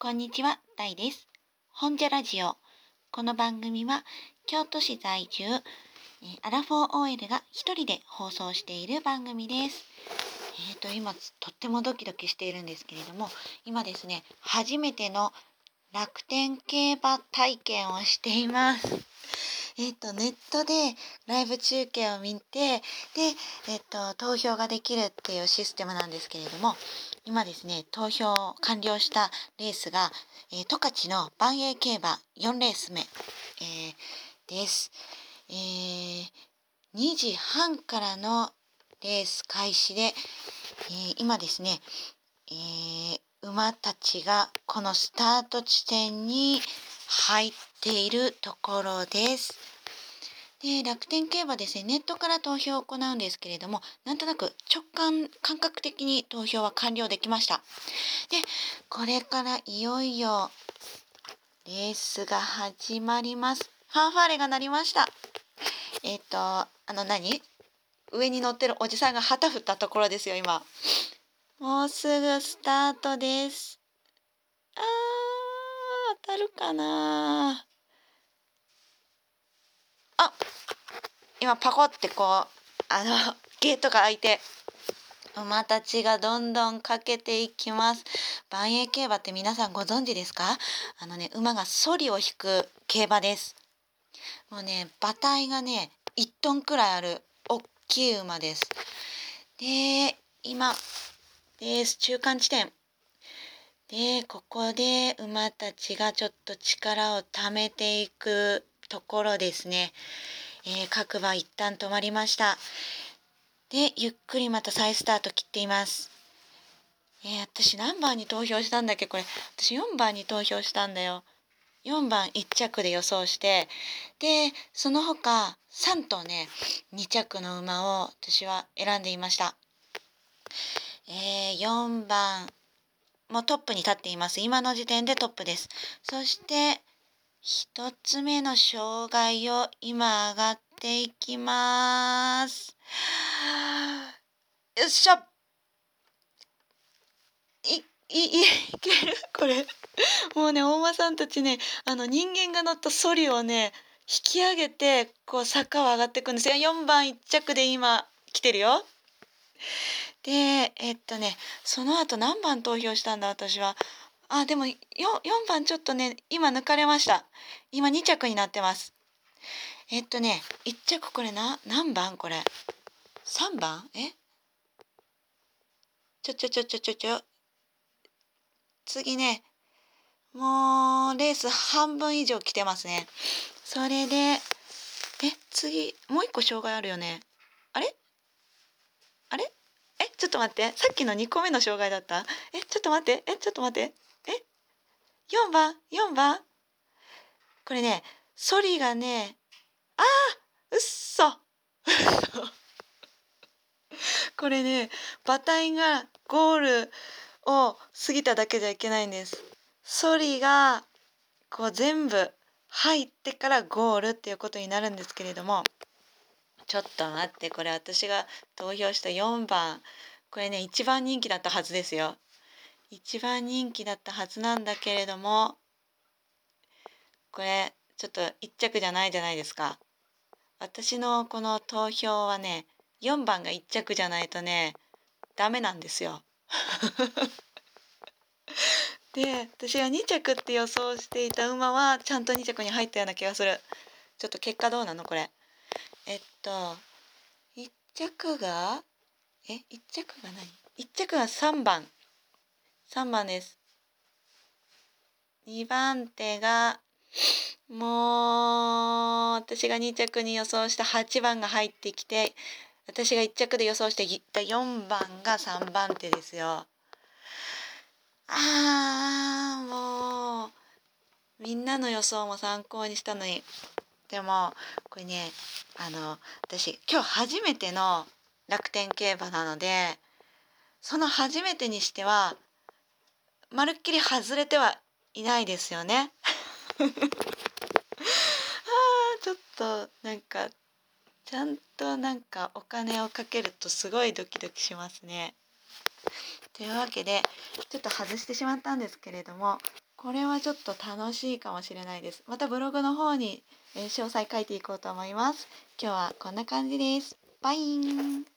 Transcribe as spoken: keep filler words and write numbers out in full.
こんにちは、タイです。本社ラジオ。この番組は京都市在住、えーアラフォー オーエル が一人で放送している番組です。えーと、今とってもドキドキしているんですけれども、今ですね、初めての楽天競馬体験をしています。えっと、ネットでライブ中継を見て、で、えっと、投票ができるっていうシステムなんですけれども、今ですね、投票完了したレースが、えー、十勝の万栄競馬よんレース目、えー、です。えー、にじはんからのレース開始で、えー、今ですね、えー、馬たちがこのスタート地点に入っているところです。で、楽天競馬ですね、ネットから投票を行うんですけれども、なんとなく直感、感覚的に投票は完了できました。で、これからいよいよレースが始まります。ファンファーレが鳴りました。えっと、あの何上に乗ってるおじさんが旗振ったところですよ、今。もうすぐスタートです。あー、当たるかな。あ、今パコってこう、あの、ゲートが開いて、馬たちがどんどんかけていきます。万栄競馬って皆さんご存知ですか？あのね、馬がソリを引く競馬です。もうね、馬体がね、いちトンくらいある大きい馬です。で、今、レース中間地点。で、ここで馬たちがちょっと力をためていくところですね。えー、各馬一旦止まりました。で、ゆっくりまた再スタート切っています。えー、私何番に投票したんだっけこれ。私よんばんに投票したんだよ。よんばんいっ着で予想して、で、その他さん頭ね、に着の馬を私は選んでいました。えー、よんばん、もうトップに立っています。今の時点でトップです。そして、一つ目の障害を今上がっていきます。よっしゃい、い、い、いけるこれ。もうね、大間さんたちね、あの人間が乗ったソリをね、引き上げて、こう坂を上がっていくんですよ。よんばんいっ着で今来てるよ。で、えっとね、その後何番投票したんだ、私は。あ、でもよ、よんばんちょっとね、今抜かれました。今に着になってます。えっとね、いっ着これな、何番これ。さんばんえちょちょちょちょちょちょ。次ね、もうレース半分以上来てますね。それで、え、次、もう一個障害あるよね。あれあれえ、ちょっと待って。さっきのにこめの障害だった？え、ちょっと待って。え、ちょっと待って。え、よんばん ?よん 番これね、ソリがね、あーうっそこれね、馬体がゴールを過ぎただけじゃいけないんです。ソリがこう全部入ってからゴールっていうことになるんですけれども、ちょっと待って、これ私が投票したよんばん、これね、一番人気だったはずですよ。一番人気だったはずなんだけれども、これちょっと一着じゃないじゃないですか。私のこの投票はね、よんばんが一着じゃないとね、ダメなんですよ。で、私がに着って予想していた馬はちゃんとに着に入ったような気がする。ちょっと結果どうなのこれ。えっと、いっ着が、え、いっ着が何 ?いち 着がさんばん。さんばんです。にばん手が、もう、私がに着に予想したはちばんが入ってきて、私がいっ着で予想していったよんばんがさんばん手ですよ。あー、もう、みんなの予想も参考にしたのに。でも、これね、あの、私、今日初めての楽天競馬なので、その初めてにしては、まるっきり外れてはいないですよね。あー、ちょっと、なんか、ちゃんとなんかお金をかけるとすごいドキドキしますね。というわけでちょっと外してしまったんですけれども、 これはちょっと楽しいかもしれないです。またブログの方に、えー詳細書いていこうと思います。今日はこんな感じです。バイン。